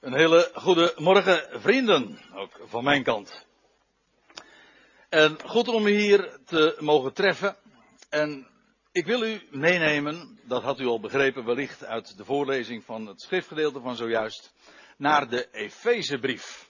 Een hele goede morgen, vrienden, ook van mijn kant. En goed om u hier te mogen treffen. En ik wil u meenemen, dat had u al begrepen wellicht uit de voorlezing van het schriftgedeelte van zojuist, naar de Efezebrief.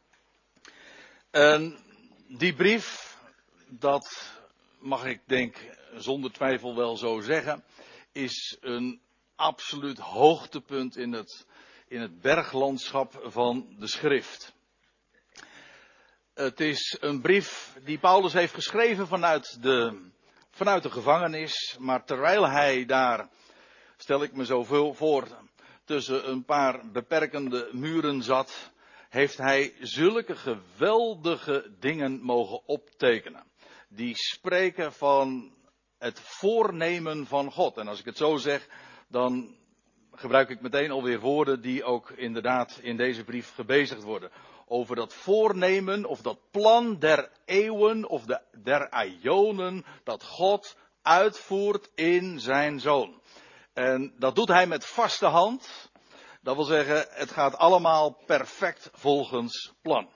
En die brief, dat mag ik denk zonder twijfel wel zo zeggen, is een absoluut hoogtepunt in het berglandschap van de schrift. Het is een brief die Paulus heeft geschreven vanuit de gevangenis, maar terwijl hij daar, stel ik me zo voor, tussen een paar beperkende muren zat, heeft hij zulke geweldige dingen mogen optekenen. Die spreken van het voornemen van God. En als ik het zo zeg, dan gebruik ik meteen alweer woorden die ook inderdaad in deze brief gebezigd worden. Over dat voornemen of dat plan der eeuwen of der aionen dat God uitvoert in zijn Zoon. En dat doet hij met vaste hand. Dat wil zeggen, het gaat allemaal perfect volgens plan.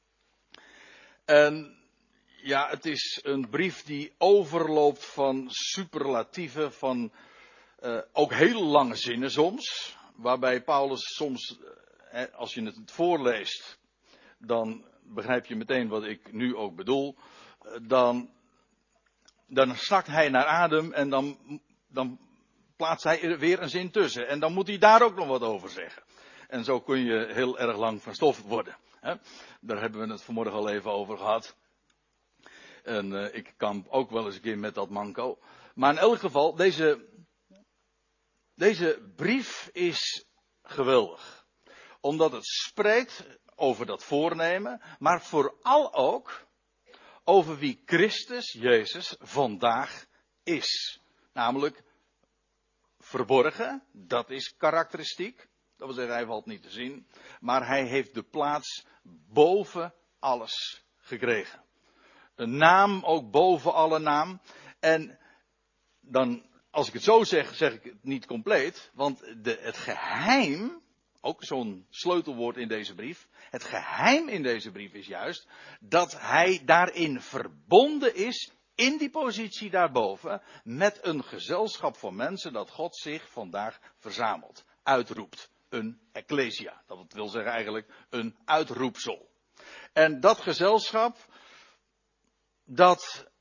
En ja, het is een brief die overloopt van superlatieven, van ook heel lange zinnen soms. Waarbij Paulus soms, als je het voorleest, dan begrijp je meteen wat ik nu ook bedoel. Dan snakt hij naar adem en dan plaatst hij er weer een zin tussen. En dan moet hij daar ook nog wat over zeggen. En zo kun je heel erg lang van stof worden. Daar hebben we het vanmorgen al even over gehad. En ik kamp ook wel eens een keer met dat manco. Maar in elk geval, deze brief is geweldig. Omdat het spreekt over dat voornemen, maar vooral ook over wie Christus, Jezus, vandaag is. Namelijk verborgen, dat is karakteristiek. Dat wil zeggen, hij valt niet te zien. Maar hij heeft de plaats boven alles gekregen. Een naam ook boven alle naam. En dan, als ik het zo zeg, zeg ik het niet compleet. Want het geheim, ook zo'n sleutelwoord in deze brief. Het geheim in deze brief is juist dat hij daarin verbonden is, in die positie daarboven, met een gezelschap van mensen dat God zich vandaag verzamelt. Uitroept. Een ecclesia. Dat wil zeggen eigenlijk een uitroepsel. En dat gezelschap, dat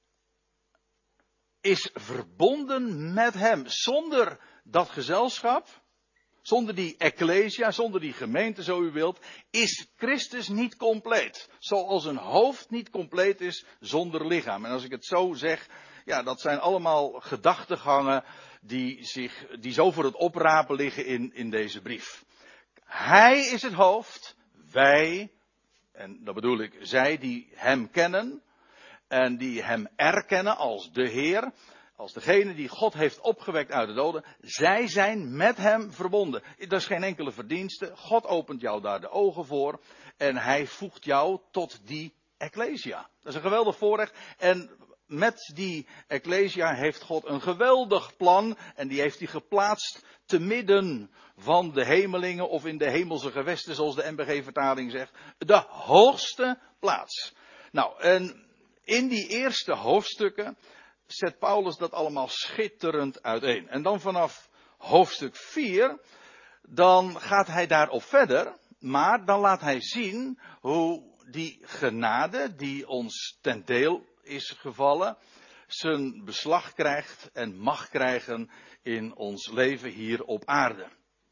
is verbonden met hem. Zonder dat gezelschap, zonder die ecclesia, zonder die gemeente zo u wilt, is Christus niet compleet. Zoals een hoofd niet compleet is zonder lichaam. En als ik het zo zeg, ja, dat zijn allemaal gedachtegangen die zo voor het oprapen liggen in deze brief. Hij is het hoofd, wij, en dat bedoel ik, zij die hem kennen en die hem erkennen als de Heer, als degene die God heeft opgewekt uit de doden, zij zijn met hem verbonden. Dat is geen enkele verdienste. God opent jou daar de ogen voor en hij voegt jou tot die ecclesia. Dat is een geweldig voorrecht. En met die ecclesia heeft God een geweldig plan en die heeft hij geplaatst te midden van de hemelingen of in de hemelse gewesten, zoals de NBG-vertaling zegt. De hoogste plaats. Nou, en in die eerste hoofdstukken zet Paulus dat allemaal schitterend uiteen. En dan vanaf hoofdstuk 4, dan gaat hij daarop verder, maar dan laat hij zien hoe die genade die ons ten deel is gevallen, zijn beslag krijgt en mag krijgen in ons leven hier op aarde.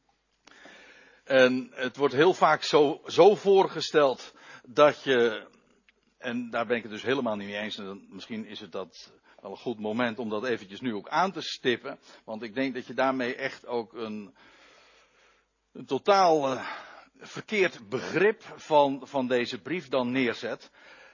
En het wordt heel vaak zo voorgesteld dat je, en daar ben ik het dus helemaal niet mee eens, en misschien is het dat wel een goed moment om dat eventjes nu ook aan te stippen, want ik denk dat je daarmee echt ook een totaal verkeerd begrip van deze brief dan neerzet.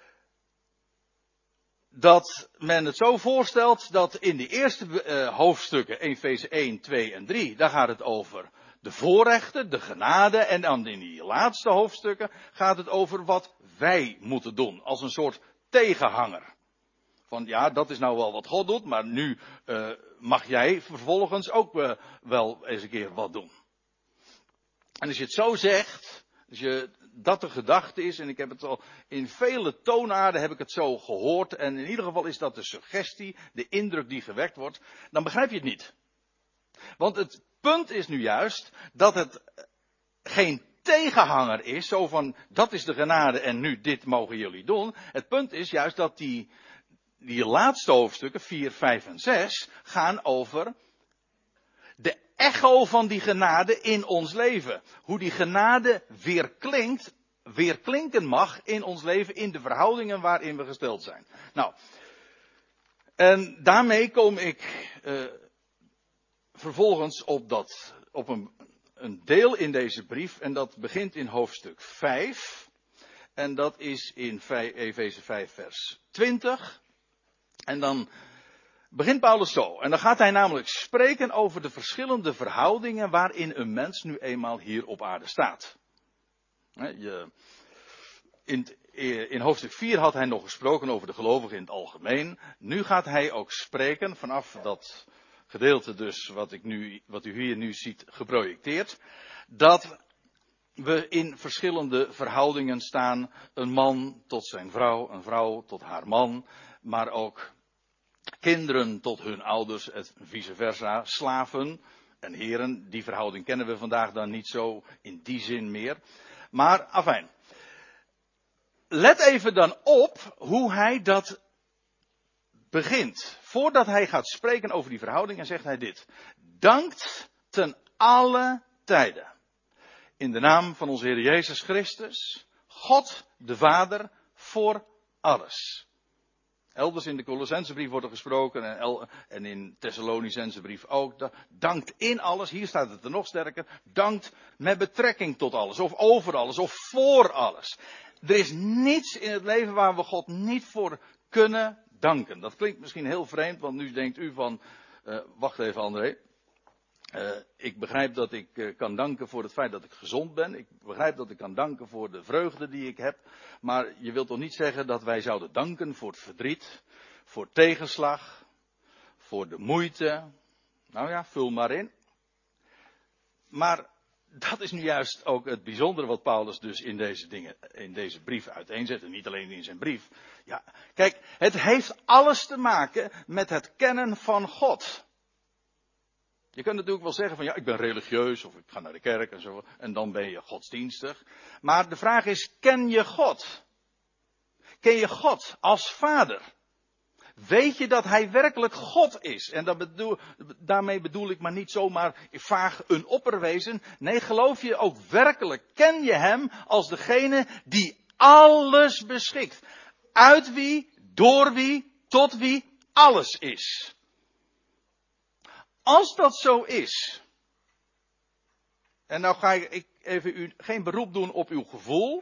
Dat men het zo voorstelt dat in de eerste hoofdstukken, Efeze 1, 2 en 3, daar gaat het over de voorrechten, de genade, en dan in die laatste hoofdstukken gaat het over wat wij moeten doen, als een soort tegenhanger. Van ja, dat is nou wel wat God doet, maar nu mag jij vervolgens ook wel eens een keer wat doen. En als je het zo zegt, als je dat de gedachte is, en ik heb het al in vele toonaarden heb ik het zo gehoord, en in ieder geval is dat de suggestie, de indruk die gewekt wordt, dan begrijp je het niet. Want het punt is nu juist dat het geen tegenhanger is, zo van dat is de genade en nu dit mogen jullie doen. Het punt is juist dat die laatste hoofdstukken, 4, 5 en 6, gaan over de echo van die genade in ons leven. Hoe die genade weer klinken mag in ons leven, in de verhoudingen waarin we gesteld zijn. Nou, en daarmee kom ik vervolgens op een deel in deze brief, en dat begint in hoofdstuk 5. En dat is in Efeze 5 vers 20. En dan begint Paulus zo. En dan gaat hij namelijk spreken over de verschillende verhoudingen waarin een mens nu eenmaal hier op aarde staat. In hoofdstuk 4 had hij nog gesproken over de gelovigen in het algemeen. Nu gaat hij ook spreken vanaf dat gedeelte dus wat u hier nu ziet geprojecteerd. Dat we in verschillende verhoudingen staan. Een man tot zijn vrouw, een vrouw tot haar man. Maar ook kinderen tot hun ouders en vice versa. Slaven en heren. Die verhouding kennen we vandaag dan niet zo in die zin meer. Maar afijn. Let even dan op hoe hij dat begint. Voordat hij gaat spreken over die verhoudingen zegt hij dit. Dankt ten alle tijden. In de naam van onze Heer Jezus Christus, God de Vader, voor alles. Elders in de Colossensebrief wordt er gesproken en in Thessalonicensebrief ook. Dankt in alles, hier staat het er nog sterker. Dankt met betrekking tot alles, of over alles, of voor alles. Er is niets in het leven waar we God niet voor kunnen danken. Dat klinkt misschien heel vreemd, want nu denkt u van, wacht even André. Ik begrijp dat ik kan danken voor het feit dat ik gezond ben. Ik begrijp dat ik kan danken voor de vreugde die ik heb. Maar je wilt toch niet zeggen dat wij zouden danken voor het verdriet, voor tegenslag, voor de moeite. Nou ja, vul maar in. Maar dat is nu juist ook het bijzondere wat Paulus dus in deze brief uiteenzet. En niet alleen in zijn brief. Ja, kijk, het heeft alles te maken met het kennen van God. Je kunt natuurlijk wel zeggen van ja, ik ben religieus of ik ga naar de kerk en zo. En dan ben je godsdienstig. Maar de vraag is, ken je God? Ken je God als Vader? Weet je dat Hij werkelijk God is? En daarmee bedoel ik maar niet zomaar vaag een opperwezen. Nee, geloof je ook werkelijk, ken je Hem als degene die alles beschikt. Uit wie, door wie, tot wie alles is. Als dat zo is, en nou ga ik even u geen beroep doen op uw gevoel,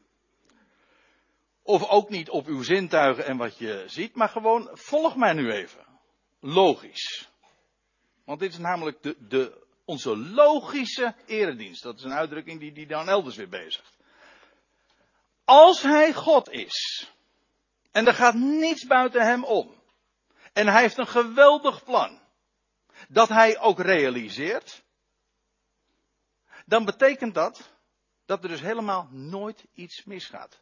of ook niet op uw zintuigen en wat je ziet, maar gewoon volg mij nu even. Logisch. Want dit is namelijk onze logische eredienst. Dat is een uitdrukking die dan elders weer bezigt. Als Hij God is, en er gaat niets buiten Hem om, en Hij heeft een geweldig plan, dat Hij ook realiseert, dan betekent dat er dus helemaal nooit iets misgaat.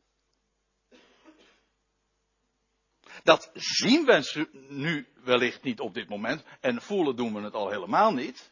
Dat zien we nu wellicht niet op dit moment, en voelen doen we het al helemaal niet.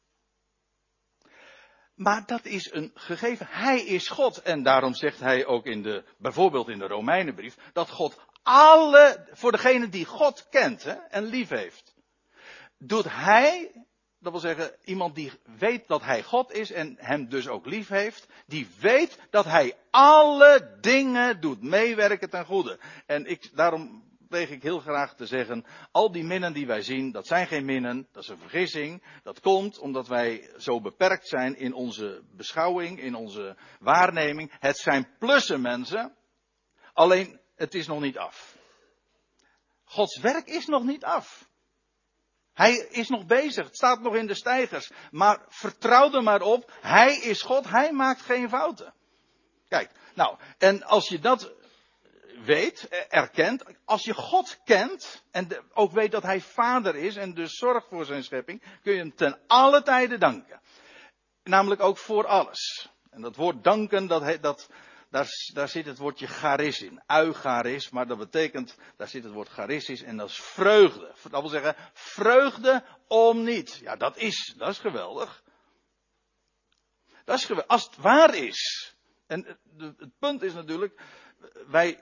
Maar dat is een gegeven. Hij is God, en daarom zegt hij ook bijvoorbeeld in de Romeinenbrief, dat God voor degene die God kent en lief heeft, doet Hij, dat wil zeggen iemand die weet dat Hij God is en hem dus ook lief heeft, die weet dat Hij alle dingen doet meewerken ten goede. En daarom pleeg ik heel graag te zeggen, al die minnen die wij zien, dat zijn geen minnen, dat is een vergissing. Dat komt omdat wij zo beperkt zijn in onze beschouwing, in onze waarneming. Het zijn plussen, mensen, alleen het is nog niet af. Gods werk is nog niet af. Hij is nog bezig, het staat nog in de steigers. Maar vertrouw er maar op, Hij is God, Hij maakt geen fouten. Kijk, nou, en als je dat weet, erkent, als je God kent en ook weet dat Hij Vader is en dus zorgt voor zijn schepping, kun je Hem ten alle tijden danken. namelijk ook voor alles. En dat woord danken, daar zit het woordje charis in. Eucharis, maar dat betekent, daar zit het woord charis en dat is vreugde. Dat wil zeggen, vreugde om niet. Ja, dat is geweldig. Dat is geweldig. Als het waar is. En het punt is natuurlijk, wij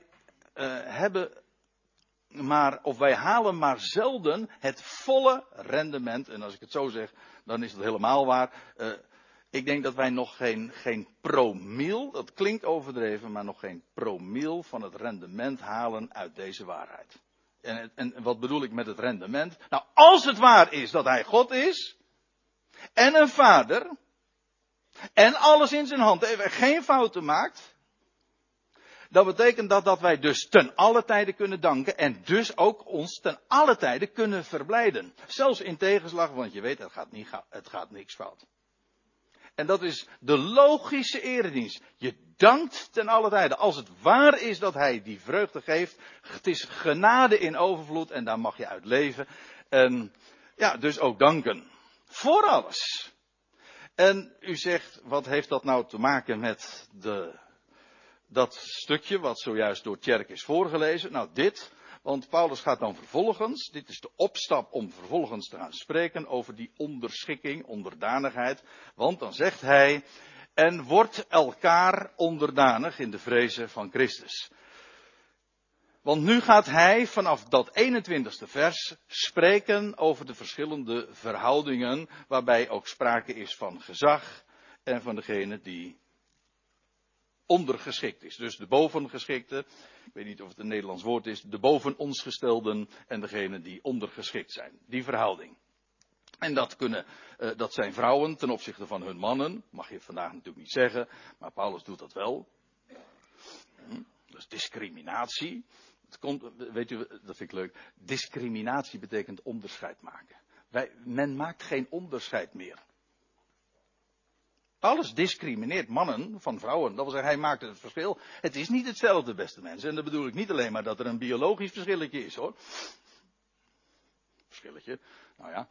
halen maar zelden het volle rendement. En als ik het zo zeg, dan is het helemaal waar. Ik denk dat wij nog geen promiel, dat klinkt overdreven, maar nog geen promiel van het rendement halen uit deze waarheid. En wat bedoel ik met het rendement? Nou, als het waar is dat hij God is, en een vader, en alles in zijn hand heeft en geen fouten maakt, dat betekent dat wij dus ten alle tijde kunnen danken en dus ook ons ten alle tijde kunnen verblijden. Zelfs in tegenslag, want je weet, het gaat niks fout. En dat is de logische eredienst. Je dankt ten alle tijde. Als het waar is dat hij die vreugde geeft. Het is genade in overvloed en daar mag je uit leven. En ja, dus ook danken. Voor alles. En u zegt, wat heeft dat nou te maken met dat stukje wat zojuist door Tjerk is voorgelezen? Nou, dit. Want Paulus gaat dan vervolgens, dit is de opstap om vervolgens te gaan spreken over die onderschikking, onderdanigheid. Want dan zegt hij, en wordt elkaar onderdanig in de vrezen van Christus. Want nu gaat hij vanaf dat 21ste vers spreken over de verschillende verhoudingen, waarbij ook sprake is van gezag en van degene die ondergeschikt is. Dus de bovengeschikte, ik weet niet of het een Nederlands woord is, de boven ons gestelden en degene die ondergeschikt zijn. Die verhouding. En dat zijn vrouwen ten opzichte van hun mannen. Mag je vandaag natuurlijk niet zeggen, maar Paulus doet dat wel. Dat is discriminatie. Weet u, dat vind ik leuk. Discriminatie betekent onderscheid maken. Men maakt geen onderscheid meer. Paulus discrimineert mannen van vrouwen. Dat wil zeggen, hij maakt het verschil. Het is niet hetzelfde, beste mensen. En dat bedoel ik niet alleen maar dat er een biologisch verschilletje is, hoor. Verschilletje, nou ja.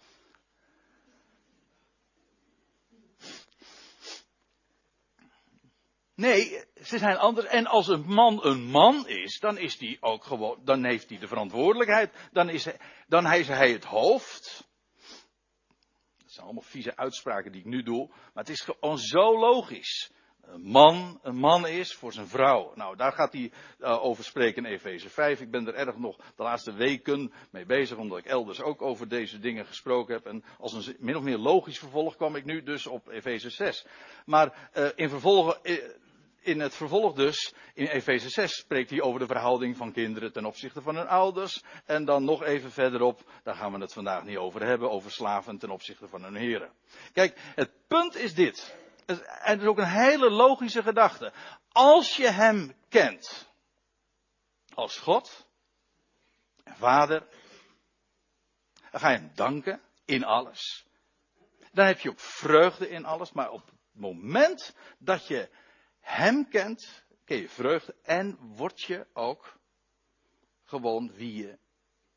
Nee, ze zijn anders. En als een man is, dan is die ook gewoon, dan heeft hij de verantwoordelijkheid. Dan is hij het hoofd. Dat zijn allemaal vieze uitspraken die ik nu doe. Maar het is gewoon zo logisch. Een man is voor zijn vrouw. Nou, daar gaat hij over spreken in Efeze 5. Ik ben er erg nog de laatste weken mee bezig, omdat ik elders ook over deze dingen gesproken heb. En als een min of meer logisch vervolg kwam ik nu dus op Efeze 6. Maar in het vervolg dus, in Efeze 6 spreekt hij over de verhouding van kinderen ten opzichte van hun ouders. En dan nog even verderop, daar gaan we het vandaag niet over hebben, over slaven ten opzichte van hun heren. Kijk, het punt is dit. En het is ook een hele logische gedachte. Als je hem kent als God en Vader, dan ga je hem danken in alles. Dan heb je ook vreugde in alles, maar op het moment dat je hem kent, ken je vreugde en word je ook gewoon wie je.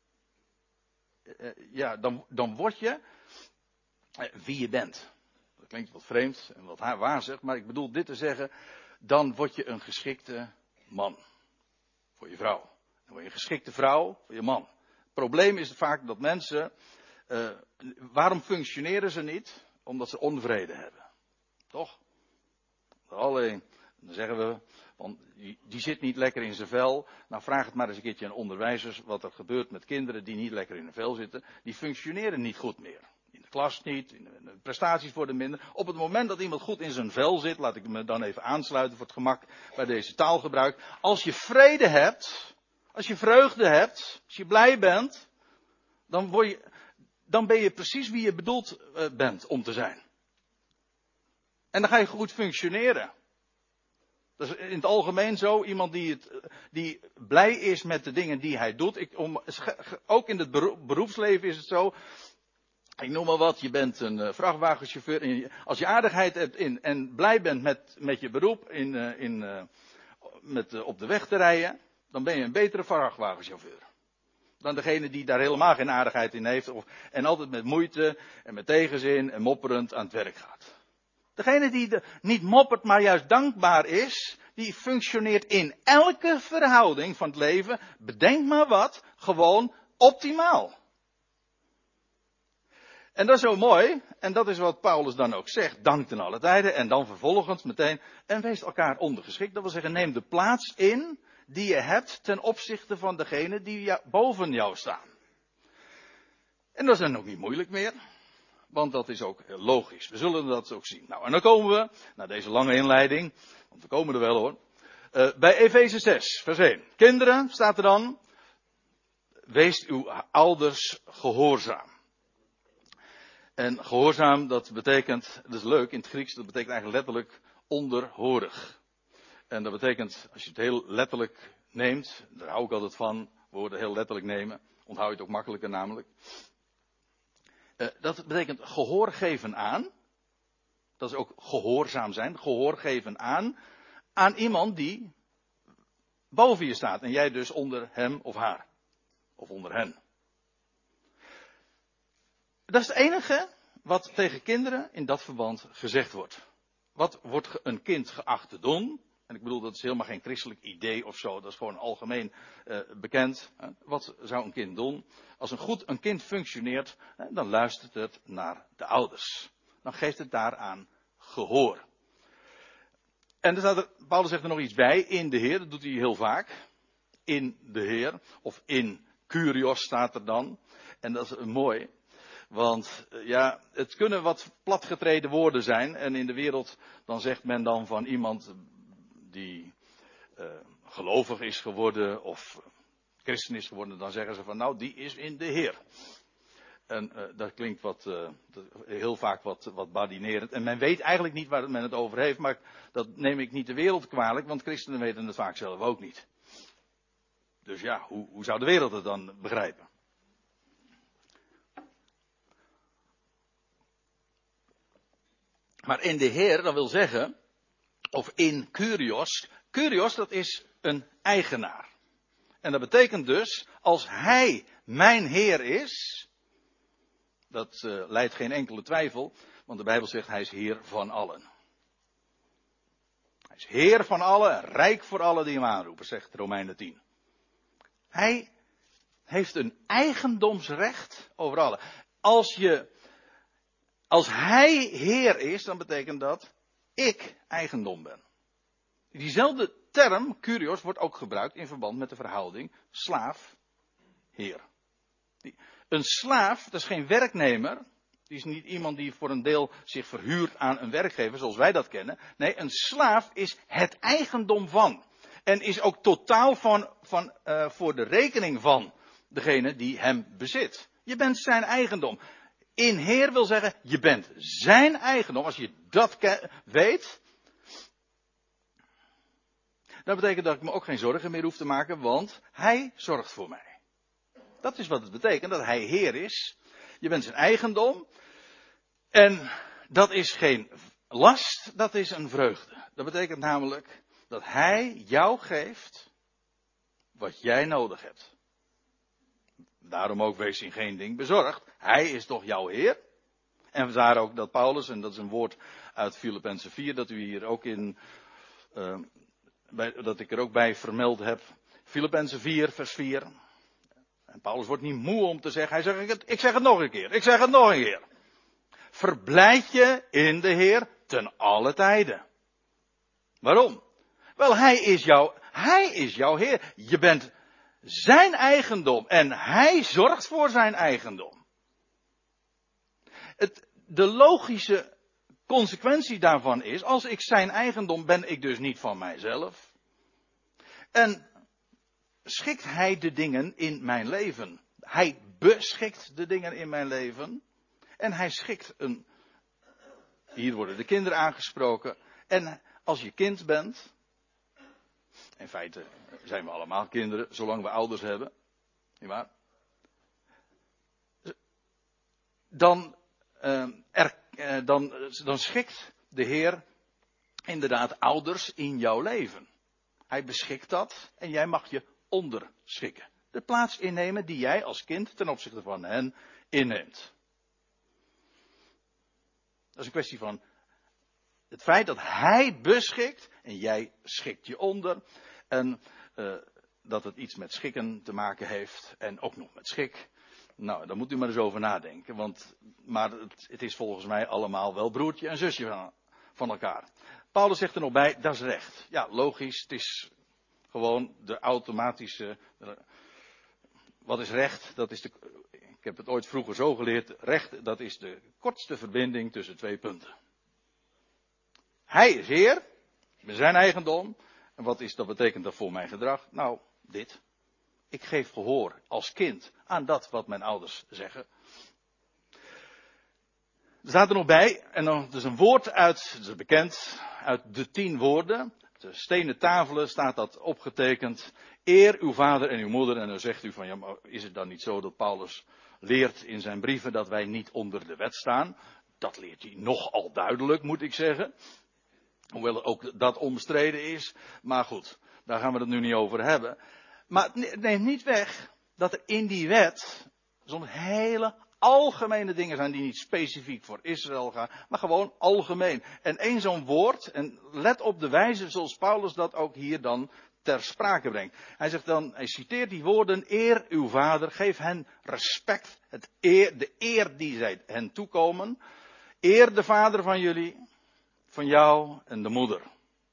Dan word je wie je bent. Dat klinkt wat vreemd en wat wazig, maar ik bedoel dit te zeggen, dan word je een geschikte man voor je vrouw. Dan word je een geschikte vrouw voor je man. Het probleem is vaak dat mensen, waarom functioneren ze niet? Omdat ze onvrede hebben. Toch? Alleen, dan zeggen we, want die zit niet lekker in zijn vel. Nou, vraag het maar eens een keertje aan onderwijzers wat er gebeurt met kinderen die niet lekker in hun vel zitten. Die functioneren niet goed meer. In de klas niet, in de prestaties worden minder. Op het moment dat iemand goed in zijn vel zit, laat ik me dan even aansluiten voor het gemak bij deze taalgebruik. Als je vrede hebt, als je vreugde hebt, als je blij bent, dan ben je precies wie je bedoeld bent om te zijn. En dan ga je goed functioneren. Dat is in het algemeen zo. Iemand die blij is met de dingen die hij doet. Ook in het beroepsleven is het zo. Ik noem maar wat. Je bent een vrachtwagenchauffeur. En als je aardigheid hebt en blij bent met je beroep op de weg te rijden. Dan ben je een betere vrachtwagenchauffeur. Dan degene die daar helemaal geen aardigheid in heeft. En altijd met moeite en met tegenzin en mopperend aan het werk gaat. Degene die niet moppert, maar juist dankbaar is, die functioneert in elke verhouding van het leven, bedenk maar wat, gewoon optimaal. En dat is zo mooi, en dat is wat Paulus dan ook zegt, dank ten alle tijden, en dan vervolgens meteen, en wees elkaar ondergeschikt. Dat wil zeggen, neem de plaats in die je hebt ten opzichte van degene die boven jou staan. En dat is dan ook niet moeilijk meer. Want dat is ook logisch. We zullen dat ook zien. Nou, en dan komen we, naar deze lange inleiding, want we komen er wel hoor, bij Efeze 6, vers 1. Kinderen, staat er dan, wees uw ouders gehoorzaam. En gehoorzaam, dat betekent, dat is leuk, in het Grieks, dat betekent eigenlijk letterlijk onderhorig. En dat betekent, als je het heel letterlijk neemt, daar hou ik altijd van, woorden heel letterlijk nemen, onthoud je het ook makkelijker namelijk. Dat betekent gehoor geven aan. Dat is ook gehoorzaam zijn. Gehoor geven aan iemand die boven je staat. En jij dus onder hem of haar. Of onder hen. Dat is het enige wat tegen kinderen in dat verband gezegd wordt. Wat wordt een kind geacht te doen? En ik bedoel, dat is helemaal geen christelijk idee of zo. Dat is gewoon algemeen bekend. Wat zou een kind doen? Als een kind functioneert, dan luistert het naar de ouders. Dan geeft het daaraan gehoor. En Paulus zegt er nog iets bij, in de Heer. Dat doet hij heel vaak. In de Heer. Of in Kyrios staat er dan. En dat is mooi. Want ja, het kunnen wat platgetreden woorden zijn. En in de wereld, dan zegt men dan van iemand die gelovig is geworden of christen is geworden, dan zeggen ze van nou, die is in de Heer. En dat klinkt heel vaak wat badinerend. En men weet eigenlijk niet waar men het over heeft, maar dat neem ik niet de wereld kwalijk, want christenen weten het vaak zelf ook niet. Dus ja, hoe zou de wereld het dan begrijpen? Maar in de Heer, dat wil zeggen, of in Kyrios. Kyrios, dat is een eigenaar. En dat betekent dus, als hij mijn Heer is, dat leidt geen enkele twijfel, want de Bijbel zegt hij is Heer van allen. Hij is Heer van allen, rijk voor allen die hem aanroepen, zegt Romeinen 10. Hij heeft een eigendomsrecht over allen. Als hij Heer is, dan betekent dat ik eigendom ben. Diezelfde term, Kyrios, wordt ook gebruikt in verband met de verhouding slaaf-heer. Een slaaf, dat is geen werknemer. Die is niet iemand die voor een deel zich verhuurt aan een werkgever, zoals wij dat kennen. Nee, een slaaf is het eigendom van. En is ook totaal voor de rekening van degene die hem bezit. Je bent zijn eigendom. In Heer wil zeggen, je bent zijn eigendom. Als je dat weet, dat betekent dat ik me ook geen zorgen meer hoef te maken, want hij zorgt voor mij. Dat is wat het betekent, dat hij Heer is. Je bent zijn eigendom. En dat is geen last, dat is een vreugde. Dat betekent namelijk dat hij jou geeft wat jij nodig hebt. Daarom ook wees in geen ding bezorgd. Hij is toch jouw Heer? En vandaar ook dat Paulus, en dat is een woord uit Filippenzen 4, dat u hier ook dat ik er ook bij vermeld heb. Filippenzen 4, vers 4. En Paulus wordt niet moe om te zeggen, hij zegt, ik zeg het nog een keer, ik zeg het nog een keer. Verblijd je in de Heer ten alle tijden. Waarom? Wel, hij is jouw Heer. Je bent zijn eigendom en hij zorgt voor zijn eigendom. De logische consequentie daarvan is, als ik zijn eigendom ben, ik dus niet van mijzelf. En schikt hij de dingen in mijn leven. Hij beschikt de dingen in mijn leven. En hij schikt hier worden de kinderen aangesproken. En als je kind bent, in feite zijn we allemaal kinderen, zolang we ouders hebben. Nietwaar? Dan schikt de Heer inderdaad ouders in jouw leven. Hij beschikt dat en jij mag je onderschikken. De plaats innemen die jij als kind ten opzichte van hen inneemt. Dat is een kwestie van Het feit dat hij beschikt en jij schikt je onder. En dat het iets met schikken te maken heeft. En ook nog met schik. Nou, daar moet u maar eens over nadenken. Maar het is volgens mij allemaal wel broertje en zusje van elkaar. Paulus zegt er nog bij, dat is recht. Ja, logisch. Het is gewoon de automatische. Wat is recht? Ik heb het ooit vroeger zo geleerd. Recht, dat is de kortste verbinding tussen twee punten. Hij is Heer. Ik ben zijn eigendom. En wat betekent dat voor mijn gedrag? Nou, dit. Ik geef gehoor als kind aan dat wat mijn ouders zeggen. Er staat er nog bij, en dan is een woord uit, dat is bekend, uit de 10 woorden. De stenen tafelen staat dat opgetekend. Eer uw vader en uw moeder. En dan zegt u van, ja, maar is het dan niet zo dat Paulus leert in zijn brieven dat wij niet onder de wet staan? Dat leert hij nogal duidelijk, moet ik zeggen. Hoewel ook dat omstreden is. Maar goed, daar gaan we het nu niet over hebben. Maar het neemt niet weg dat er in die wet zo'n hele algemene dingen zijn die niet specifiek voor Israël gaan, maar gewoon algemeen. En één zo'n woord, en let op de wijze zoals Paulus dat ook hier dan ter sprake brengt. Hij citeert die woorden, eer uw vader, geef hen respect, de eer die zij hen toekomen. Eer de vader van jullie, van jou en de moeder.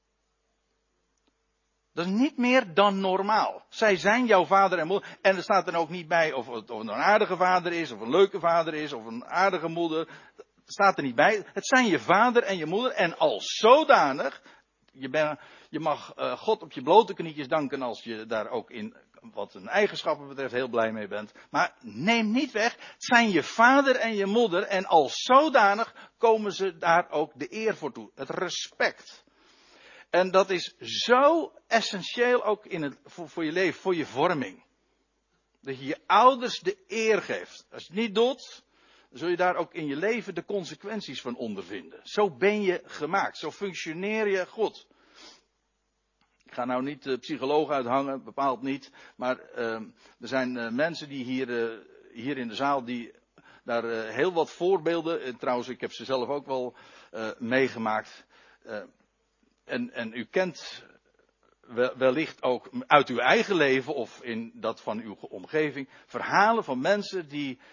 Dat is niet meer dan normaal. Zij zijn jouw vader en moeder. En er staat er ook niet bij of het een aardige vader is, of een leuke vader is, of een aardige moeder. Dat staat er niet bij. Het zijn je vader en je moeder. En als zodanig, je mag God op je blote knietjes danken als je daar ook in, wat hun eigenschappen betreft, heel blij mee bent. Maar neem niet weg, het zijn je vader en je moeder. En als zodanig komen ze daar ook de eer voor toe. Het respect. En dat is zo essentieel ook voor je leven, voor je vorming. Dat je je ouders de eer geeft. Als je het niet doet, dan zul je daar ook in je leven de consequenties van ondervinden. Zo ben je gemaakt, zo functioneer je goed. Ik ga nou niet de psycholoog uithangen, bepaald niet. Maar er zijn mensen die hier in de zaal die daar heel wat voorbeelden. En trouwens, ik heb ze zelf ook wel meegemaakt. En u kent wellicht ook uit uw eigen leven of in dat van uw omgeving verhalen van mensen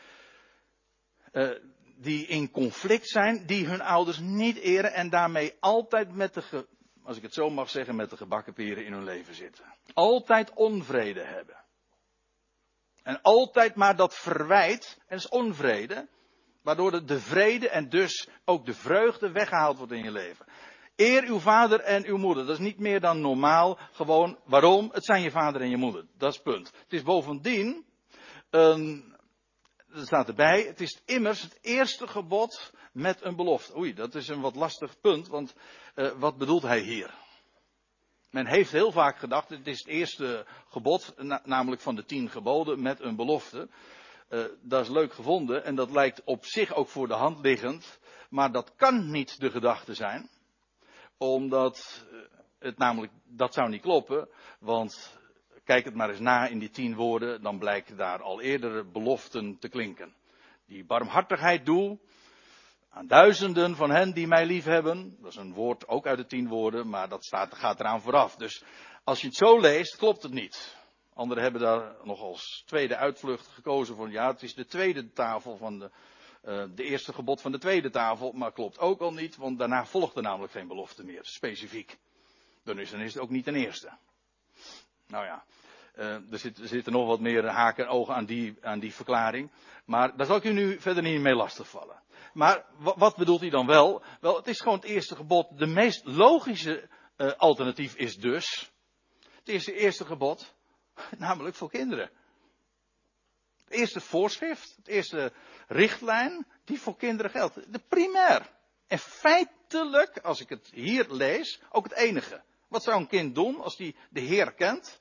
die in conflict zijn, die hun ouders niet eren en daarmee altijd als ik het zo mag zeggen, met de gebakken peren in hun leven zitten. Altijd onvrede hebben. En altijd maar dat verwijt, en dat is onvrede, waardoor de vrede en dus ook de vreugde weggehaald wordt in je leven. Eer uw vader en uw moeder. Dat is niet meer dan normaal. Gewoon, waarom? Het zijn je vader en je moeder. Dat is het punt. Het is bovendien, er staat erbij, het is immers het eerste gebod met een belofte. Oei, dat is een wat lastig punt, want wat bedoelt hij hier? Men heeft heel vaak gedacht, het is het eerste gebod, namelijk van de 10 geboden met een belofte. Dat is leuk gevonden en dat lijkt op zich ook voor de hand liggend, maar dat kan niet de gedachte zijn. Omdat het namelijk, dat zou niet kloppen, want kijk het maar eens na in die 10 woorden, dan blijkt daar al eerder beloften te klinken. Die barmhartigheid doe aan duizenden van hen die mij lief hebben. Dat is een woord ook uit de 10 woorden, maar dat gaat eraan vooraf. Dus als je het zo leest, klopt het niet. Anderen hebben daar nog als tweede uitvlucht gekozen van, ja, het is de tweede tafel van de eerste gebod van de tweede tafel, maar klopt ook al niet, want daarna volgt er namelijk geen belofte meer, specifiek. Dan is het ook niet ten eerste. Nou ja, er zitten nog wat meer haken en ogen aan die verklaring, maar daar zal ik u nu verder niet mee lastigvallen. Maar wat bedoelt hij dan wel? Wel, het is gewoon het eerste gebod. De meest logische alternatief is dus het eerste gebod, namelijk voor kinderen. Het eerste voorschrift, het eerste richtlijn die voor kinderen geldt. De primair. En feitelijk, als ik het hier lees, ook het enige. Wat zou een kind doen als hij de Heer kent?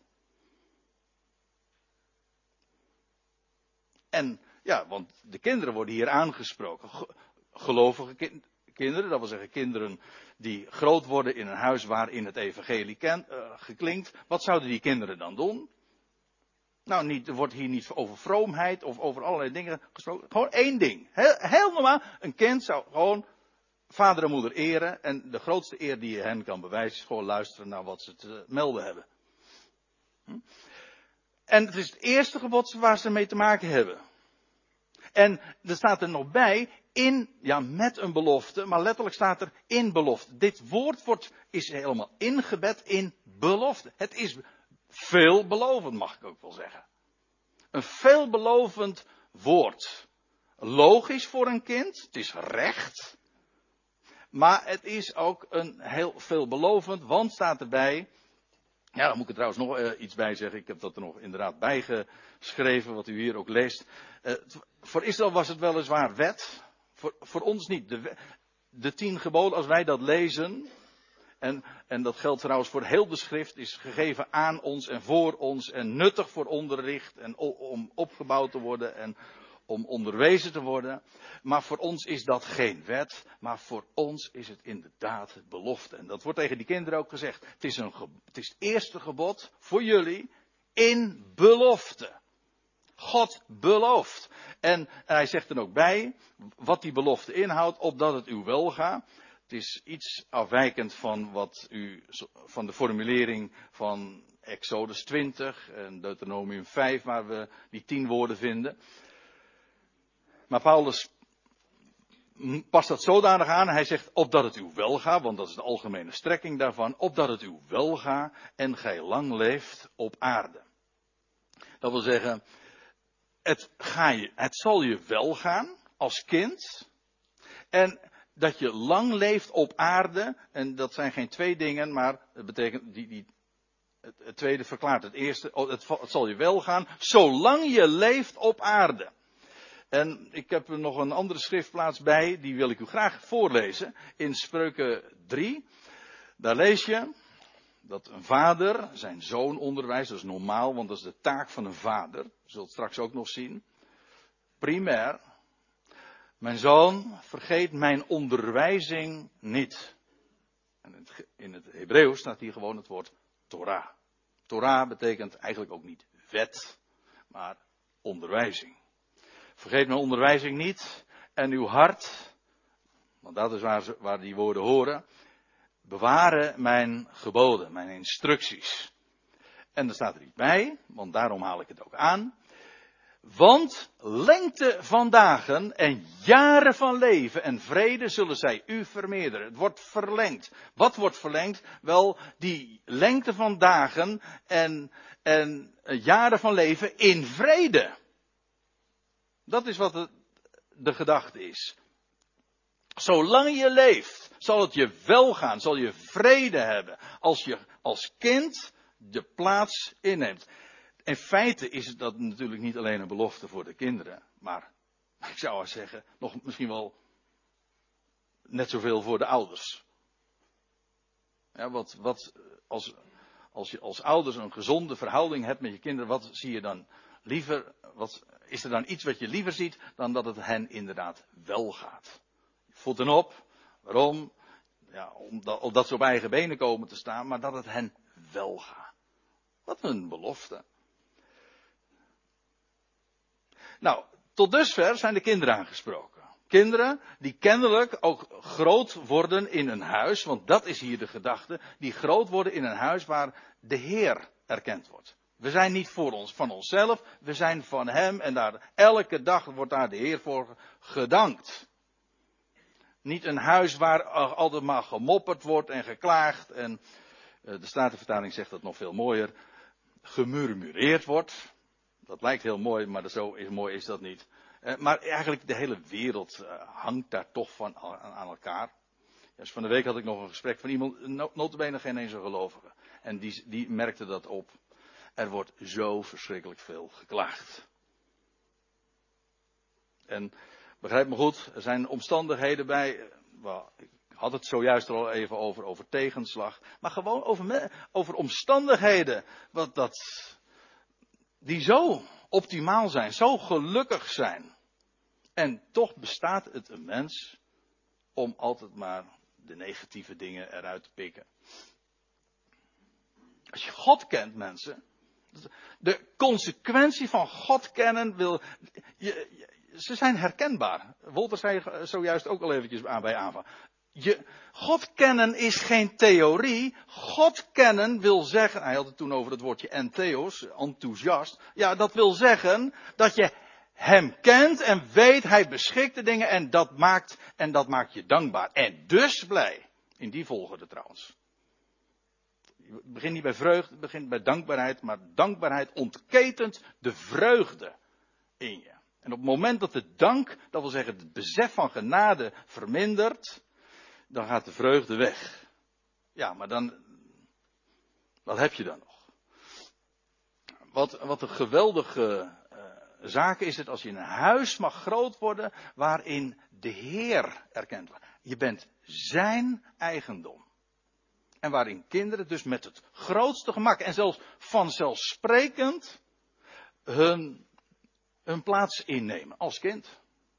En ja, want de kinderen worden hier aangesproken. Gelovige kinderen, dat wil zeggen kinderen die groot worden in een huis waarin het evangelie geklinkt. Wat zouden die kinderen dan doen? Nou, er wordt hier niet over vroomheid of over allerlei dingen gesproken. Gewoon één ding. Heel normaal. Een kind zou gewoon vader en moeder eren. En de grootste eer die je hen kan bewijzen is gewoon luisteren naar wat ze te melden hebben. En het is het eerste gebod waar ze mee te maken hebben. En er staat er nog bij, met een belofte, maar letterlijk staat er in belofte. Dit woord is helemaal ingebed in belofte. Het is veelbelovend, mag ik ook wel zeggen. Een veelbelovend woord. Logisch voor een kind, het is recht. Maar het is ook een heel veelbelovend, want staat erbij. Ja, dan moet ik er trouwens nog iets bij zeggen. Ik heb dat er nog inderdaad bijgeschreven, wat u hier ook leest. Voor Israël was het weliswaar wet. Voor ons niet. De 10 geboden, als wij dat lezen. En dat geldt trouwens voor heel de schrift. Is gegeven aan ons en voor ons. En nuttig voor onderricht. En om opgebouwd te worden. En om onderwezen te worden. Maar voor ons is dat geen wet. Maar voor ons is het inderdaad belofte. En dat wordt tegen die kinderen ook gezegd. Het is het eerste gebod voor jullie in belofte. God belooft. En hij zegt er ook bij, wat die belofte inhoudt, opdat het u welgaat. Het is iets afwijkend van de formulering van Exodus 20 en Deuteronomium 5, waar we die 10 woorden vinden. Maar Paulus past dat zodanig aan. Hij zegt, opdat het u welgaat, want dat is de algemene strekking daarvan. Opdat het u welgaat en gij lang leeft op aarde. Dat wil zeggen, het zal je welgaan als kind. En dat je lang leeft op aarde. En dat zijn geen 2 dingen, maar het betekent, het tweede verklaart het eerste. Het zal je welgaan, zolang je leeft op aarde. En ik heb er nog een andere schriftplaats bij, die wil ik u graag voorlezen. In Spreuken 3, daar lees je dat een vader zijn zoon onderwijst. Dat is normaal, want dat is de taak van een vader. Je zult het straks ook nog zien. Primair. Mijn zoon, vergeet mijn onderwijzing niet. En in het Hebreeuws staat hier gewoon het woord Torah. Torah betekent eigenlijk ook niet wet, maar onderwijzing. Vergeet mijn onderwijzing niet en uw hart, want dat is waar die woorden horen, bewaren mijn geboden, mijn instructies. En er staat er iets bij, want daarom haal ik het ook aan. Want lengte van dagen en jaren van leven en vrede zullen zij u vermeerderen. Het wordt verlengd. Wat wordt verlengd? Wel, die lengte van dagen en jaren van leven in vrede. Dat is wat de gedachte is. Zolang je leeft, zal het je welgaan, zal je vrede hebben. Als je als kind de plaats inneemt. In feite is dat natuurlijk niet alleen een belofte voor de kinderen. Maar ik zou wel zeggen, nog misschien wel net zoveel voor de ouders. Ja, als je als ouders een gezonde verhouding hebt met je kinderen, wat zie je dan liever? Is er dan iets wat je liever ziet dan dat het hen inderdaad wel gaat? Voeten op. Waarom? Ja, omdat ze op eigen benen komen te staan, maar dat het hen wel gaat. Wat een belofte. Nou, tot dusver zijn de kinderen aangesproken. Kinderen die kennelijk ook groot worden in een huis, want dat is hier de gedachte, die groot worden in een huis waar de Heer erkend wordt. We zijn niet van onszelf, we zijn van Hem en daar elke dag wordt daar de Heer voor gedankt. Niet een huis waar altijd maar gemopperd wordt en geklaagd en de Statenvertaling zegt dat nog veel mooier, gemurmureerd wordt. Dat lijkt heel mooi, maar zo mooi is dat niet. Maar eigenlijk de hele wereld hangt daar toch van aan elkaar. Dus van de week had ik nog een gesprek van iemand, nota bene geen eens een gelovige. En die merkte dat op. Er wordt zo verschrikkelijk veel geklaagd. En begrijp me goed, er zijn omstandigheden bij. Ik had het zojuist er al even over tegenslag. Maar gewoon over omstandigheden. Die zo optimaal zijn, zo gelukkig zijn. En toch bestaat het een mens om altijd maar de negatieve dingen eruit te pikken. Als je God kent, mensen, de consequentie van God kennen ze zijn herkenbaar. Wolter zei zojuist ook al eventjes bij aanvang. God kennen is geen theorie. God kennen wil zeggen, hij had het toen over het woordje entheos, enthousiast. Ja, dat wil zeggen dat je hem kent en weet, hij beschikt de dingen en dat maakt je dankbaar. En dus blij. In die volgorde trouwens. Het begint niet bij vreugde, het begint bij dankbaarheid, maar dankbaarheid ontketent de vreugde in je. En op het moment dat de dank, dat wil zeggen het besef van genade vermindert, dan gaat de vreugde weg. Ja, maar dan, wat heb je dan nog? Wat een geweldige zaak is het als je in een huis mag groot worden waarin de Heer erkend wordt. Je bent zijn eigendom. En waarin kinderen dus met het grootste gemak en zelfs vanzelfsprekend hun plaats innemen als kind.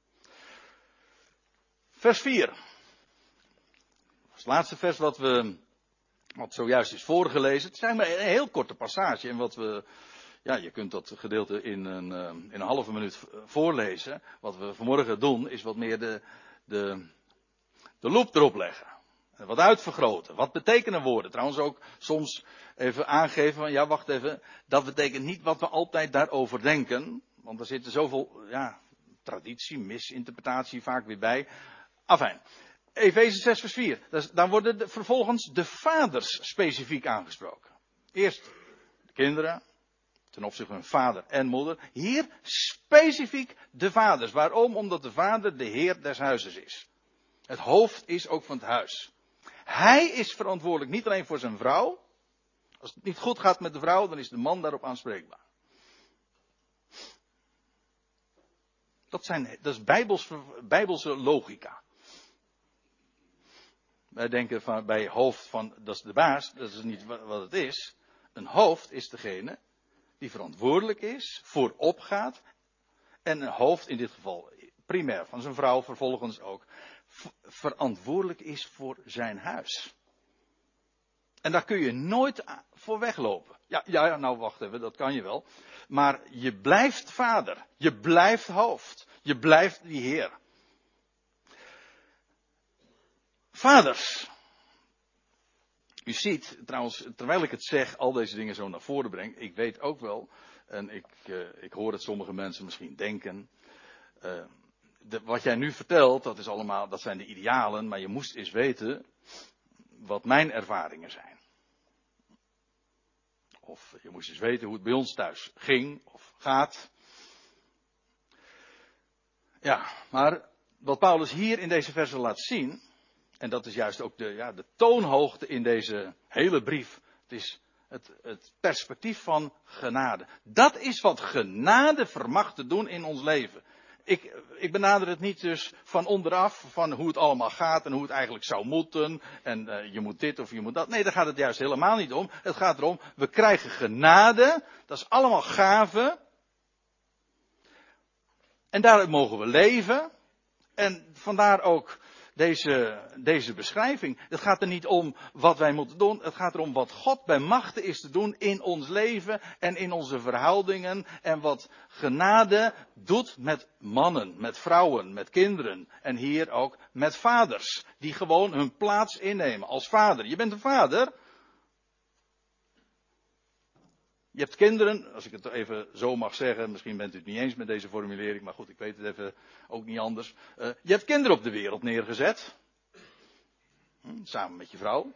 Vers 4. Dat is het laatste vers wat zojuist is voorgelezen. Het is eigenlijk een heel korte passage. En je kunt dat gedeelte in een halve minuut voorlezen. Wat we vanmorgen doen is wat meer de loep erop leggen. Wat uitvergroten. Wat betekenen woorden? Trouwens ook soms even aangeven van, ja wacht even, dat betekent niet wat we altijd daarover denken. Want er zitten zoveel, traditie, misinterpretatie vaak weer bij. Afijn. Efeze 6 vers 4. Dan worden vervolgens de vaders specifiek aangesproken. Eerst de kinderen, ten opzichte van vader en moeder. Hier specifiek de vaders. Waarom? Omdat de vader de heer des huizes is. Het hoofd is ook van het huis. Hij is verantwoordelijk niet alleen voor zijn vrouw. Als het niet goed gaat met de vrouw, dan is de man daarop aanspreekbaar. Dat is bijbelse logica. Wij denken bij hoofd van, dat is de baas, dat is niet wat het is. Een hoofd is degene die verantwoordelijk is, voorop gaat. En een hoofd in dit geval primair van zijn vrouw, vervolgens ook verantwoordelijk is voor zijn huis. En daar kun je nooit voor weglopen. Ja, nou wacht even, dat kan je wel. Maar je blijft vader. Je blijft hoofd. Je blijft die Heer. Vaders. U ziet, trouwens, terwijl ik het zeg, al deze dingen zo naar voren breng. Ik weet ook wel, en ik hoor het sommige mensen misschien denken. Wat jij nu vertelt, dat zijn de idealen. Maar je moest eens weten wat mijn ervaringen zijn. Of je moest eens weten hoe het bij ons thuis ging of gaat. Ja, maar wat Paulus hier in deze versen laat zien, en dat is juist ook de toonhoogte in deze hele brief. Het is het perspectief van genade. Dat is wat genade vermag te doen in ons leven. Ik benader het niet dus van onderaf, van hoe het allemaal gaat en hoe het eigenlijk zou moeten. En je moet dit of je moet dat. Nee, daar gaat het juist helemaal niet om. Het gaat erom, we krijgen genade. Dat is allemaal gave. En daaruit mogen we leven. En vandaar ook deze beschrijving. Het gaat er niet om wat wij moeten doen. Het gaat erom wat God bij machte is te doen in ons leven en in onze verhoudingen. En wat genade doet met mannen, met vrouwen, met kinderen. En hier ook met vaders. Die gewoon hun plaats innemen als vader. Je bent een vader. Je hebt kinderen, als ik het even zo mag zeggen, misschien bent u het niet eens met deze formulering, maar goed, ik weet het even ook niet anders. Je hebt kinderen op de wereld neergezet. Samen met je vrouw.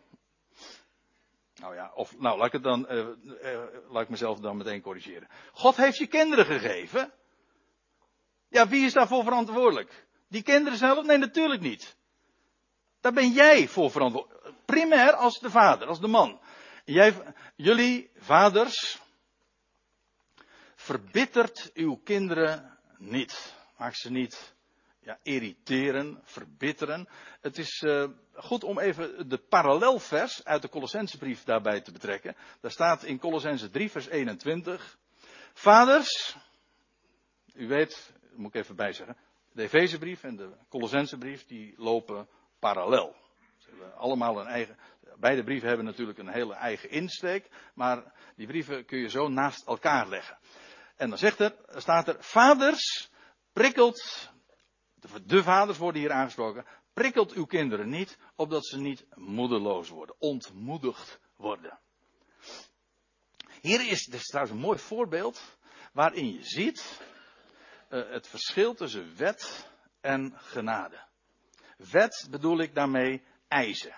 Laat ik mezelf dan meteen corrigeren. God heeft je kinderen gegeven. Ja, wie is daarvoor verantwoordelijk? Die kinderen zelf? Nee, natuurlijk niet. Daar ben jij voor verantwoordelijk. Primair als de vader, als de man. Jullie vaders, verbittert uw kinderen niet. Maak ze niet irriteren, verbitteren. Het is goed om even de parallelvers uit de Colossensebrief daarbij te betrekken. Daar staat in Colossense 3 vers 21. Vaders, u weet, moet ik even bijzeggen. De Efezebrief en de Colossensebrief die lopen parallel. Ze hebben allemaal een eigen. Beide brieven hebben natuurlijk een hele eigen insteek. Maar die brieven kun je zo naast elkaar leggen. En dan staat er, vaders prikkelt, de vaders worden hier aangesproken, Prikkelt uw kinderen niet, opdat ze niet moedeloos worden, ontmoedigd worden. Hier is dus trouwens een mooi voorbeeld waarin je ziet het verschil tussen wet en genade. Wet bedoel ik daarmee eisen.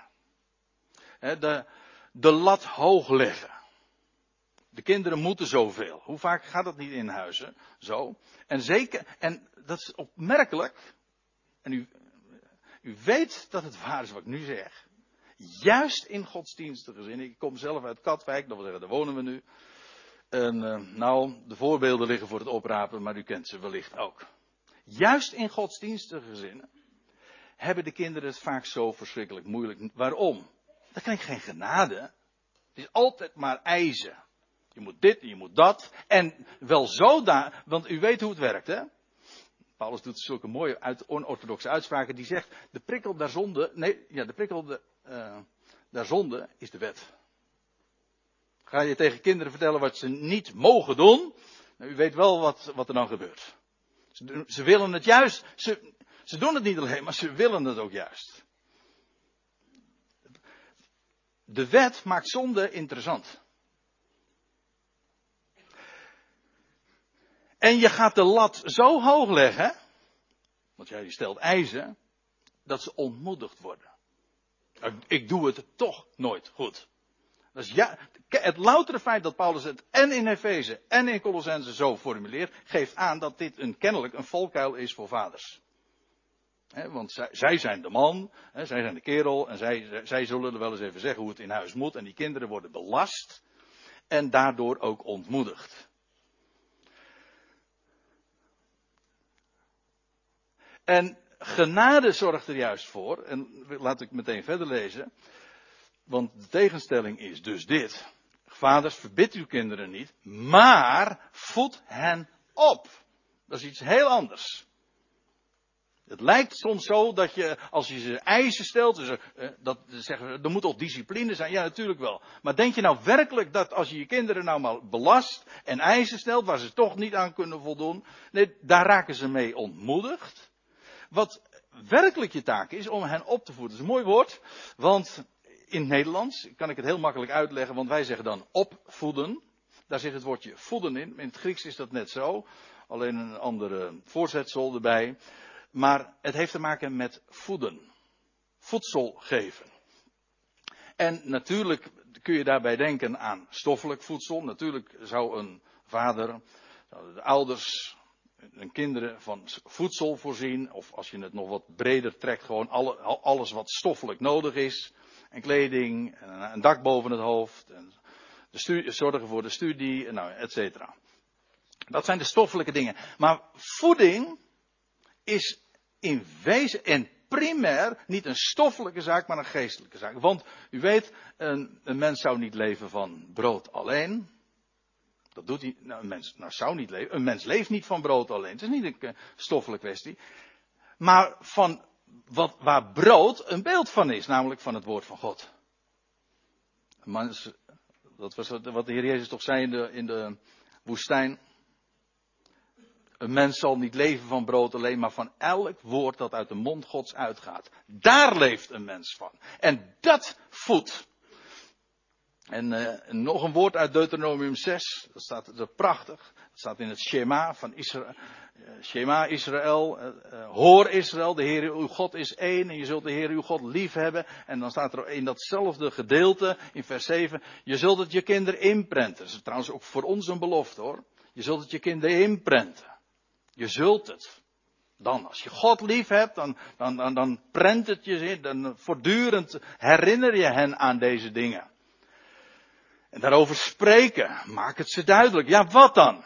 De lat hoog leggen. De kinderen moeten zoveel. Hoe vaak gaat dat niet in huizen? Zo. En zeker, en dat is opmerkelijk. En u weet dat het waar is wat ik nu zeg. Juist in godsdienstige gezinnen. Ik kom zelf uit Katwijk, dat wil zeggen, daar wonen we nu. En de voorbeelden liggen voor het oprapen, maar u kent ze wellicht ook. Juist in godsdienstige gezinnen hebben de kinderen het vaak zo verschrikkelijk moeilijk. Waarom? Dan krijg je geen genade. Het is altijd maar eisen. Je moet dit en je moet dat. En wel zo daar, want u weet hoe het werkt, hè? Paulus doet zulke mooie onorthodoxe uitspraken. Die zegt, de prikkel der zonde, der zonde is de wet. Ga je tegen kinderen vertellen wat ze niet mogen doen? Nou, u weet wel wat er dan gebeurt. Ze willen het juist. Ze doen het niet alleen, maar ze willen het ook juist. De wet maakt zonde interessant. En je gaat de lat zo hoog leggen, want jij stelt eisen, dat ze ontmoedigd worden. Ik doe het toch nooit goed. Dus ja, het loutere feit dat Paulus het en in Efeze en in Colossense zo formuleert, geeft aan dat dit kennelijk een valkuil is voor vaders. Want zij zijn de man, zij zijn de kerel en zij zullen er wel eens even zeggen hoe het in huis moet. En die kinderen worden belast en daardoor ook ontmoedigd. En genade zorgt er juist voor, en laat ik meteen verder lezen, want de tegenstelling is dus dit. Vaders, verbid uw kinderen niet, maar voed hen op. Dat is iets heel anders. Het lijkt soms zo dat je, als je ze eisen stelt, er moet toch discipline zijn? Ja, natuurlijk wel. Maar denk je nou werkelijk dat als je je kinderen nou maar belast en eisen stelt, waar ze toch niet aan kunnen voldoen, nee, daar raken ze mee ontmoedigd. Wat werkelijk je taak is om hen op te voeden. Dat is een mooi woord, want in het Nederlands kan ik het heel makkelijk uitleggen, want wij zeggen dan opvoeden. Daar zit het woordje voeden in. In het Grieks is dat net zo, alleen een andere voorzetsel erbij. Maar het heeft te maken met voeden. Voedsel geven. En natuurlijk kun je daarbij denken aan stoffelijk voedsel. Natuurlijk zou een vader, de ouders, hun kinderen van voedsel voorzien. Of als je het nog wat breder trekt, gewoon alles wat stoffelijk nodig is. En kleding, en een dak boven het hoofd. En zorgen voor de studie, et cetera. Dat zijn de stoffelijke dingen. Maar voeding is in wezen en primair niet een stoffelijke zaak, maar een geestelijke zaak. Want u weet, een mens zou niet leven van brood alleen. Dat doet hij. Een mens zou niet leven. Een mens leeft niet van brood alleen. Het is niet een stoffelijke kwestie. Maar van waar brood een beeld van is, namelijk van het woord van God. Dat was wat de Heer Jezus toch zei in de woestijn. Een mens zal niet leven van brood alleen, maar van elk woord dat uit de mond Gods uitgaat. Daar leeft een mens van. En dat voedt. En nog een woord uit Deuteronomium 6. Dat is prachtig. Dat staat in het Shema van Israël. Shema Israël. Hoor Israël, de Heer uw God is één. En je zult de Heer uw God lief hebben. En dan staat er in datzelfde gedeelte, in vers 7. Je zult het je kinderen inprenten. Dat is trouwens ook voor ons een belofte hoor. Je zult het je kinderen inprenten. Je zult het. Dan, als je God lief hebt, dan prent het je in. Dan voortdurend herinner je hen aan deze dingen. En daarover spreken. Maak het ze duidelijk. Ja, wat dan?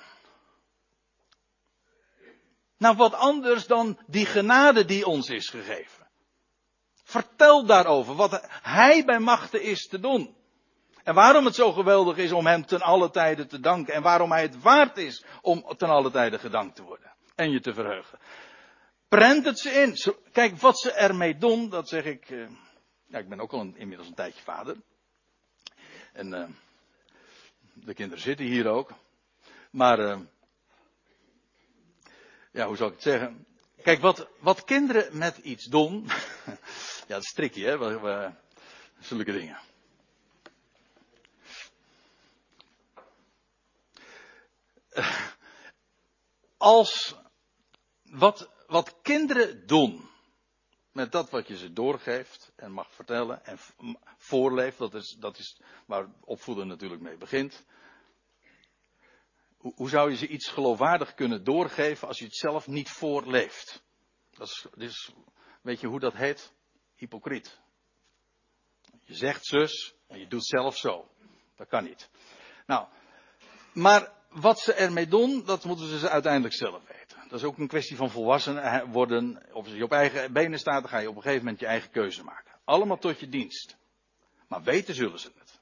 Nou, wat anders dan die genade die ons is gegeven. Vertel daarover wat Hij bij machte is te doen. En waarom het zo geweldig is om Hem ten alle tijde te danken. En waarom Hij het waard is om ten alle tijde gedankt te worden. En je te verheugen. Prent het ze in. Kijk, wat ze ermee doen, dat zeg ik. Ik ben ook al inmiddels een tijdje vader. En de kinderen zitten hier ook. Maar, hoe zal ik het zeggen? Kijk, wat kinderen met iets doen. Ja, dat is tricky, hè? Zulke dingen. Als wat kinderen doen met dat wat je ze doorgeeft en mag vertellen en voorleeft, dat is waar opvoeden natuurlijk mee begint. Hoe zou je ze iets geloofwaardig kunnen doorgeven als je het zelf niet voorleeft? Weet je hoe dat heet? Hypocriet. Je zegt zus en je doet zelf zo. Dat kan niet. Nou, maar wat ze ermee doen, dat moeten ze uiteindelijk zelf weten. Dat is ook een kwestie van volwassen worden. Of je op eigen benen staat, dan ga je op een gegeven moment je eigen keuze maken. Allemaal tot je dienst. Maar weten zullen ze het.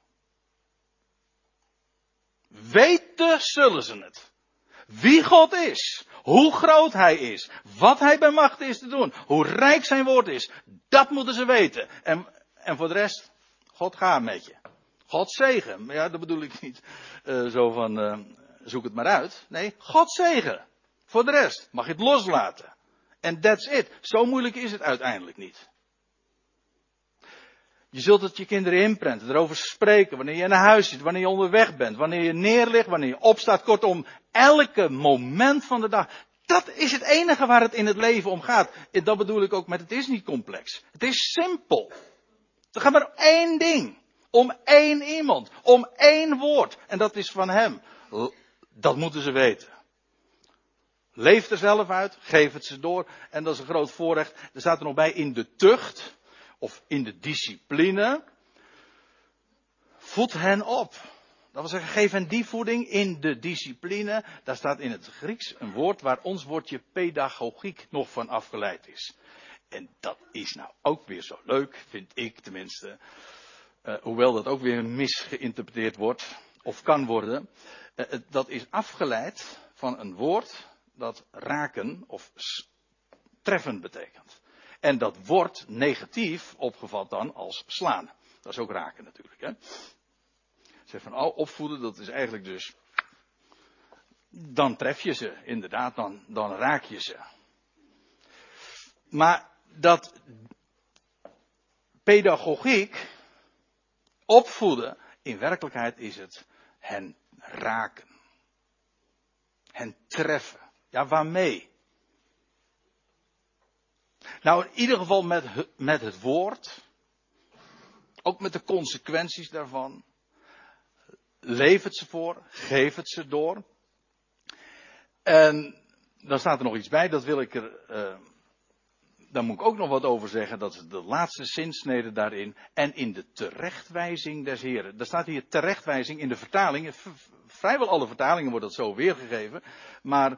Weten zullen ze het. Wie God is. Hoe groot Hij is. Wat Hij bij macht is te doen. Hoe rijk zijn woord is. Dat moeten ze weten. En voor de rest, God gaat met je. God zegen. Ja, dat bedoel ik niet zo van zoek het maar uit. Nee, God zegen. Voor de rest mag je het loslaten. En that's it. Zo moeilijk is het uiteindelijk niet. Je zult het je kinderen inprenten, erover spreken, wanneer je naar huis zit, wanneer je onderweg bent, wanneer je neerligt, wanneer je opstaat. Kortom, elke moment van de dag. Dat is het enige waar het in het leven om gaat. En dat bedoel ik ook met het is niet complex. Het is simpel. Er gaat maar één ding. Om één iemand. Om één woord. En dat is van hem. Dat moeten ze weten. Leef er zelf uit. Geef het ze door. En dat is een groot voorrecht. Er staat er nog bij in de tucht. Of in de discipline. Voed hen op. Dat wil zeggen, geef hen die voeding in de discipline. Daar staat in het Grieks een woord waar ons woordje pedagogiek nog van afgeleid is. En dat is nou ook weer zo leuk, vind ik tenminste. Hoewel dat ook weer misgeïnterpreteerd wordt, of kan worden. Dat is afgeleid van een woord dat raken of treffen betekent. En dat wordt negatief opgevat dan als slaan. Dat is ook raken natuurlijk. Hè? Zeg van opvoeden, dat is eigenlijk dus. Dan tref je ze, inderdaad, dan raak je ze. Maar dat pedagogiek, opvoeden, in werkelijkheid is het hen raken. Hen treffen. Ja, waarmee? Nou, in ieder geval met het woord. Ook met de consequenties daarvan. Leef het ze voor. Geef het ze door. En dan staat er nog iets bij. Dat wil ik daar moet ik ook nog wat over zeggen. Dat is de laatste zinsnede daarin. En in de terechtwijzing des Heren. Daar staat hier terechtwijzing in de vertalingen. Vrijwel alle vertalingen wordt dat zo weergegeven. Maar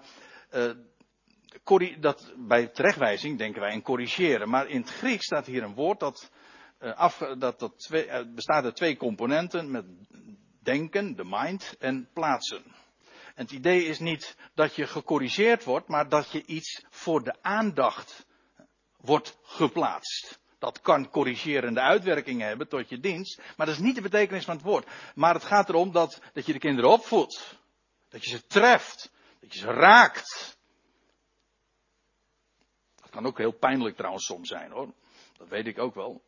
bij terechtwijzing denken wij aan corrigeren. Maar in het Grieks staat hier een woord dat bestaat uit twee componenten. Met denken, de mind, en plaatsen. En het idee is niet dat je gecorrigeerd wordt, maar dat je iets voor de aandacht wordt geplaatst. Dat kan corrigerende uitwerkingen hebben tot je dienst, maar dat is niet de betekenis van het woord. Maar het gaat erom dat je de kinderen opvoedt. Dat je ze treft. Dat je ze raakt. Dat kan ook heel pijnlijk trouwens soms zijn hoor. Dat weet ik ook wel.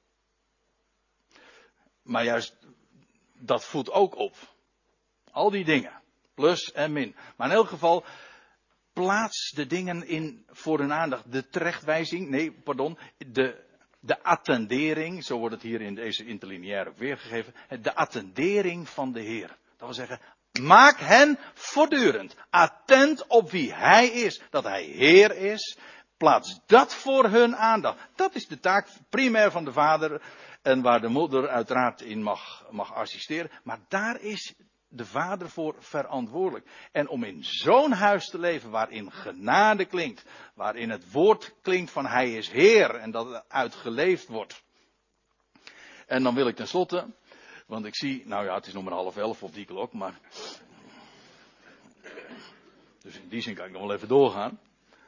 Maar juist, dat voedt ook op. Al die dingen. Plus en min. Maar in elk geval, plaats de dingen in voor hun aandacht. De terechtwijzing, de attendering, zo wordt het hier in deze interlineair ook weergegeven. De attendering van de Heer. Dat wil zeggen, maak hen voortdurend attent op wie Hij is. Dat Hij Heer is. Plaats dat voor hun aandacht. Dat is de taak primair van de vader. En waar de moeder uiteraard in mag assisteren. Maar daar is de vader voor verantwoordelijk. En om in zo'n huis te leven waarin genade klinkt. Waarin het woord klinkt van Hij is Heer. En dat het uitgeleefd wordt. En dan wil ik tenslotte. Want ik zie, nou ja, het is nog maar 10:30 op die klok. Maar. Dus in die zin kan ik nog wel even doorgaan.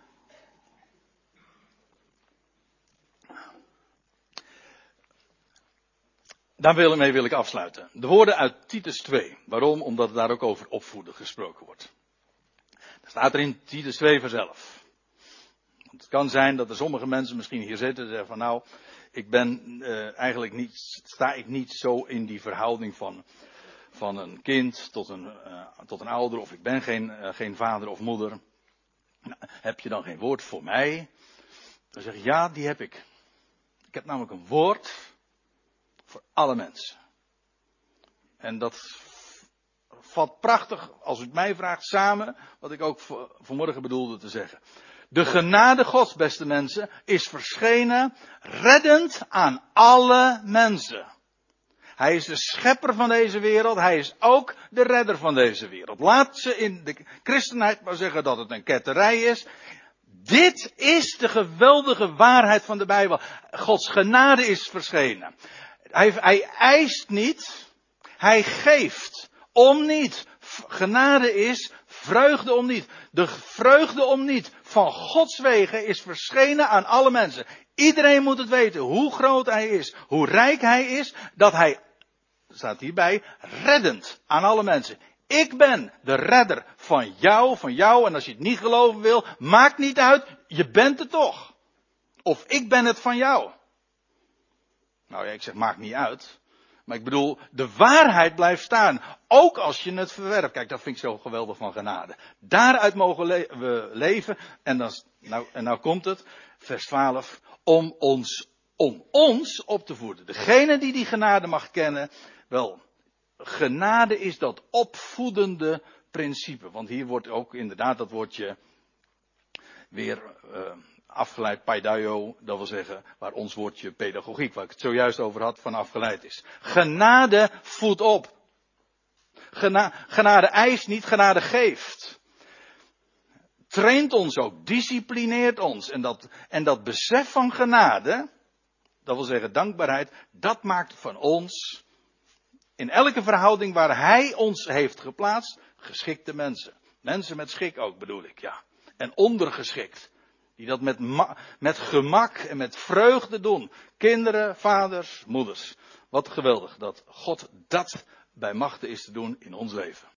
Daarmee wil ik afsluiten. De woorden uit Titus 2. Waarom? Omdat daar ook over opvoeden gesproken wordt. Dat staat er in Titus 2 vanzelf. Het kan zijn dat er sommige mensen misschien hier zitten en zeggen van nou, ik ben eigenlijk niet, sta ik niet zo in die verhouding van een kind tot een ouder, of ik ben geen vader of moeder. Nou, heb je dan geen woord voor mij? Dan zeg ik, ja, die heb ik. Ik heb namelijk een woord voor alle mensen. En dat valt prachtig, als u het mij vraagt, samen wat ik ook vanmorgen bedoelde te zeggen. De genade Gods, beste mensen, is verschenen reddend aan alle mensen. Hij is de schepper van deze wereld. Hij is ook de redder van deze wereld. Laat ze in de christenheid maar zeggen dat het een ketterij is. Dit is de geweldige waarheid van de Bijbel. Gods genade is verschenen. Hij eist niet. Hij geeft om niet. Genade is vreugde om niet. De vreugde om niet van Gods wegen is verschenen aan alle mensen. Iedereen moet het weten hoe groot hij is, hoe rijk hij is, dat hij, staat hierbij, reddend aan alle mensen. Ik ben de redder van jou, en als je het niet geloven wil, maakt niet uit, je bent het toch. Of ik ben het van jou. Nou ja, ik zeg maakt niet uit. Maar ik bedoel, de waarheid blijft staan. Ook als je het verwerpt. Kijk, dat vind ik zo geweldig van genade. Daaruit mogen we leven. En nou komt het. Vers 12. Om ons op te voeden. Degene die genade mag kennen. Wel, genade is dat opvoedende principe. Want hier wordt ook inderdaad dat woordje weer afgeleid, paideio, dat wil zeggen, waar ons woordje pedagogiek, waar ik het zojuist over had, van afgeleid is. Genade voedt op. Genade eist niet, genade geeft. Traint ons ook, disciplineert ons. En dat besef van genade, dat wil zeggen dankbaarheid, dat maakt van ons, in elke verhouding waar Hij ons heeft geplaatst, geschikte mensen. Mensen met schik ook, bedoel ik, ja. En ondergeschikt. Die dat met gemak en met vreugde doen. Kinderen, vaders, moeders. Wat geweldig dat God dat bij machte is te doen in ons leven.